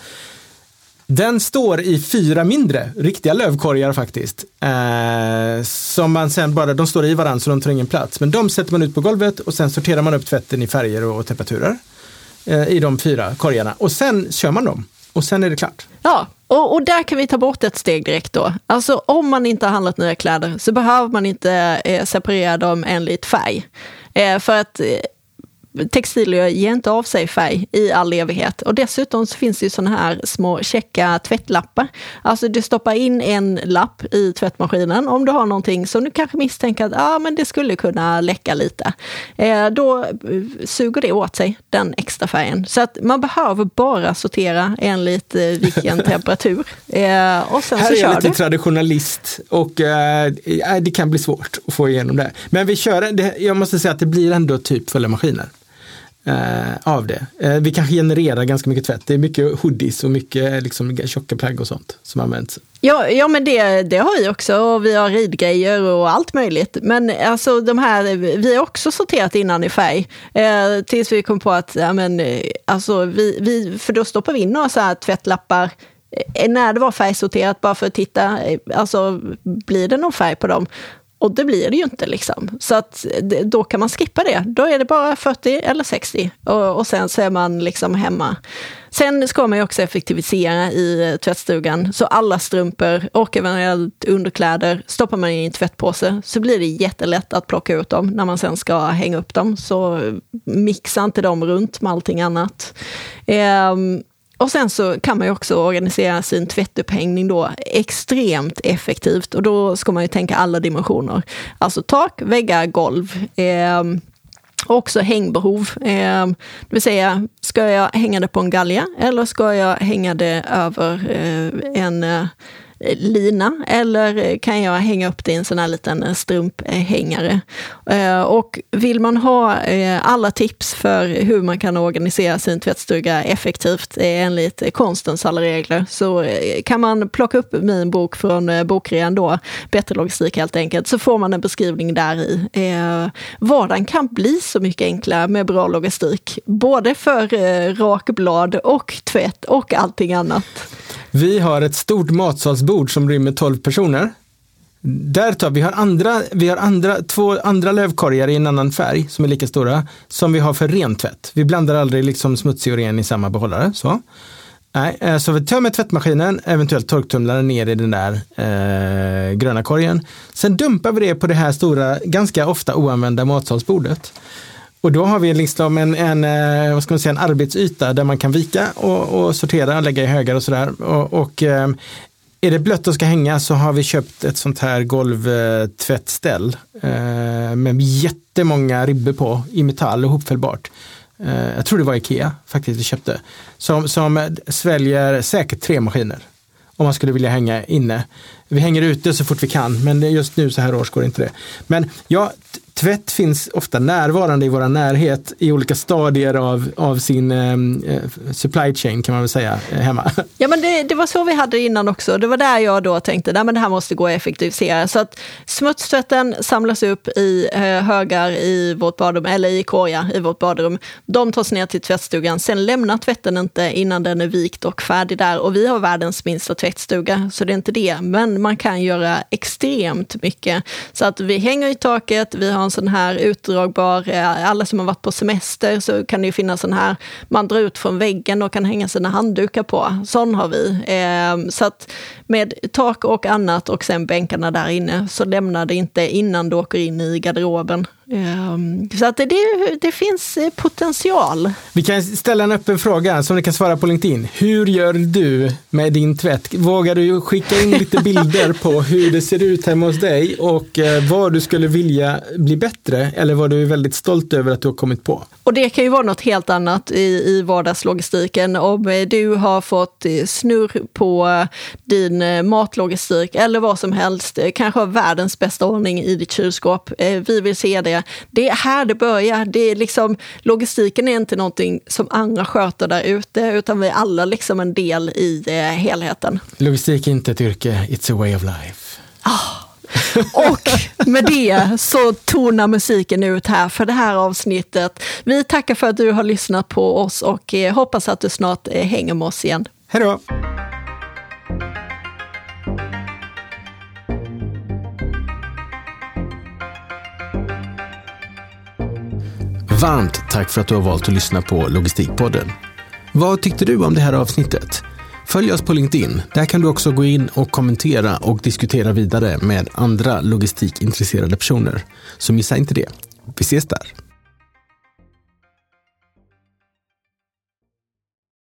Den står i fyra mindre, riktiga lövkorgar faktiskt. Uh, som man sen bara, de står i varandra så de tar ingen plats. Men de sätter man ut på golvet och sen sorterar man upp tvätten i färger och, och temperaturer. Uh, I de fyra korgarna. Och sen kör man dem. Och sen är det klart. Ja, och, och där kan vi ta bort ett steg direkt då. Alltså om man inte har handlat nya kläder så behöver man inte eh, separera dem enligt färg. Eh, för att eh, textilier ger inte av sig färg i all evighet. Och dessutom så finns det ju sådana här små checka tvättlappar. Alltså du stoppar in en lapp i tvättmaskinen om du har någonting som du kanske misstänker att ah, men det skulle kunna läcka lite. Eh, då suger det åt sig den extra färgen. Så att man behöver bara sortera enligt eh, vilken temperatur. Eh, och sen här så är jag lite du. traditionalist och eh, det kan bli svårt att få igenom det. Men vi kör, det, jag måste säga att det blir ändå typ fulla maskiner. Uh, av det. Uh, vi kanske genererar ganska mycket tvätt. Det är mycket hoodies och mycket liksom, tjocka plagg och sånt som används. Ja, ja men det, det har vi också. Och vi har ridgrejer och allt möjligt. Men alltså de här, vi har också sorterat innan i färg. Uh, tills vi kom på att, ja men, alltså vi, vi, för då stoppar vi in några så här tvättlappar när det var färgsorterat bara för att titta, alltså blir det någon färg på dem? Och det blir det ju inte liksom. Så att då kan man skippa det. Då är det bara fyrtio eller sextio. Och, och sen så är man liksom hemma. Sen ska man ju också effektivisera i tvättstugan. Så alla strumpor och eventuellt underkläder stoppar man i en tvättpåse. Så blir det jättelätt att plocka ut dem när man sen ska hänga upp dem. Så mixa inte dem runt med allting annat. Ehm, Och sen så kan man ju också organisera sin tvättupphängning då extremt effektivt. Och då ska man ju tänka alla dimensioner. Alltså tak, väggar, golv. Eh, också hängbehov. Eh, det vill säga, ska jag hänga det på en galja eller ska jag hänga det över eh, en eh, lina eller kan jag hänga upp det i en sån här liten strumphängare. Och vill man ha alla tips för hur man kan organisera sin tvättstuga effektivt enligt konstens alla regler så kan man plocka upp min bok från bokrean då, Bättre logistik helt enkelt, så får man en beskrivning där i. Vardagen kan bli så mycket enklare med bra logistik, både för rakblad och tvätt och allting annat. Vi har ett stort matsalsbord som rymmer tolv personer. Där tar vi har andra vi har andra två andra lövkorgar i en annan färg som är lika stora som vi har för rentvätt. Vi blandar aldrig liksom smutsig och ren i samma behållare så. Nej, så vi tar med tvättmaskinen, eventuellt torktumlaren ner i den där eh, gröna korgen. Sen dumpar vi det på det här stora, ganska ofta oanvända matsalsbordet. Och då har vi liksom en, en, vad ska man säga, en arbetsyta där man kan vika och, och sortera, lägga i högar och sådär. Och, och är det blött och ska hänga så har vi köpt ett sånt här golvtvättställ eh, med jättemånga ribbor på i metall och hopfällbart. Eh, jag tror det var Ikea faktiskt vi köpte. Som, som sväljer säkert tre maskiner om man skulle vilja hänga inne. vi hänger ute så fort vi kan, men just nu så här års går inte det. Men ja, tvätt finns ofta närvarande i vår närhet i olika stadier av, av sin eh, supply chain, kan man väl säga, eh, hemma. Ja, men det, det var så vi hade innan också. Det var där jag då tänkte, nej, men det här måste gå att effektivisera. Så att smutstvätten samlas upp i eh, högar i vårt badrum, eller i korgar i vårt badrum. De tas ner till tvättstugan. Sen lämnar tvätten inte innan den är vikt och färdig där. Och vi har världens minsta tvättstuga, så det är inte det. Men man kan göra extremt mycket. Så att vi hänger i taket, vi har en sån här utdragbar, alla som har varit på semester så kan det ju finnas sån här, man drar ut från väggen och kan hänga sina handdukar på. Sån har vi. Så att med tak och annat och sen bänkarna där inne så lämnar det inte innan du åker in i garderoben. Så att det, det finns potential. Vi kan ställa en öppen fråga som ni kan svara på LinkedIn. Hur gör du med din tvätt? Vågar du skicka in lite bilder på hur det ser ut hemma hos dig och vad du skulle vilja bli bättre eller vad du är väldigt stolt över att du har kommit på? Och det kan ju vara något helt annat i, i vardagslogistiken. Om du har fått snurr på din matlogistik eller vad som helst, kanske har världens bästa ordning i ditt kylskåp. Vi vill se det. Det är här det börjar. Det är liksom, logistiken är inte någonting som andra sköter där ute, utan vi är alla liksom en del i eh, helheten. Logistik är inte ett yrke, it's a way of life. Ah. Och med det så tonar musiken ut här för det här avsnittet. Vi tackar för att du har lyssnat på oss och eh, hoppas att du snart eh, hänger med oss igen. Hej då! Varmt tack för att du har valt att lyssna på Logistikpodden. Vad tyckte du om det här avsnittet? Följ oss på LinkedIn. Där kan du också gå in och kommentera och diskutera vidare med andra logistikintresserade personer. Så missa inte det. Vi ses där.